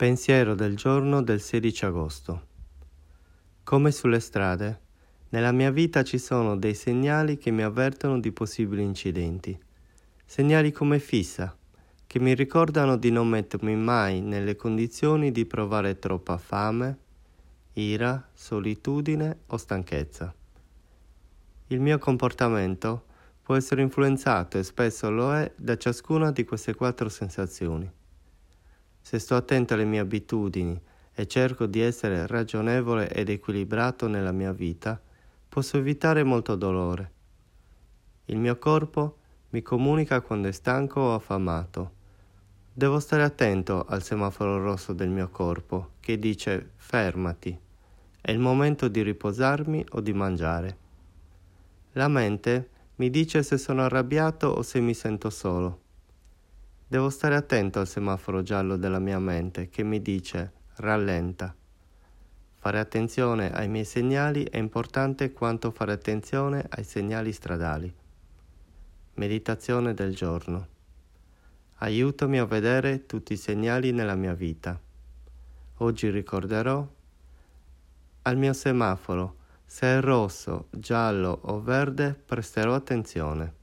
Pensiero del giorno del 16 agosto. Come sulle strade, nella mia vita ci sono dei segnali che mi avvertono di possibili incidenti. Segnali come fissa, che mi ricordano di non mettermi mai nelle condizioni di provare troppa fame, ira, solitudine o stanchezza. Il mio comportamento può essere influenzato, e spesso lo è, da ciascuna di queste 4 sensazioni. Se sto attento alle mie abitudini e cerco di essere ragionevole ed equilibrato nella mia vita, posso evitare molto dolore. Il mio corpo mi comunica quando è stanco o affamato. Devo stare attento al semaforo rosso del mio corpo che dice fermati, è il momento di riposarmi o di mangiare. La mente mi dice se sono arrabbiato o se mi sento solo. Devo stare attento al semaforo giallo della mia mente che mi dice rallenta. Fare attenzione ai miei segnali è importante quanto fare attenzione ai segnali stradali. Meditazione del giorno. Aiutami a vedere tutti i segnali nella mia vita. Oggi ricorderò al mio semaforo, se è rosso, giallo o verde, presterò attenzione.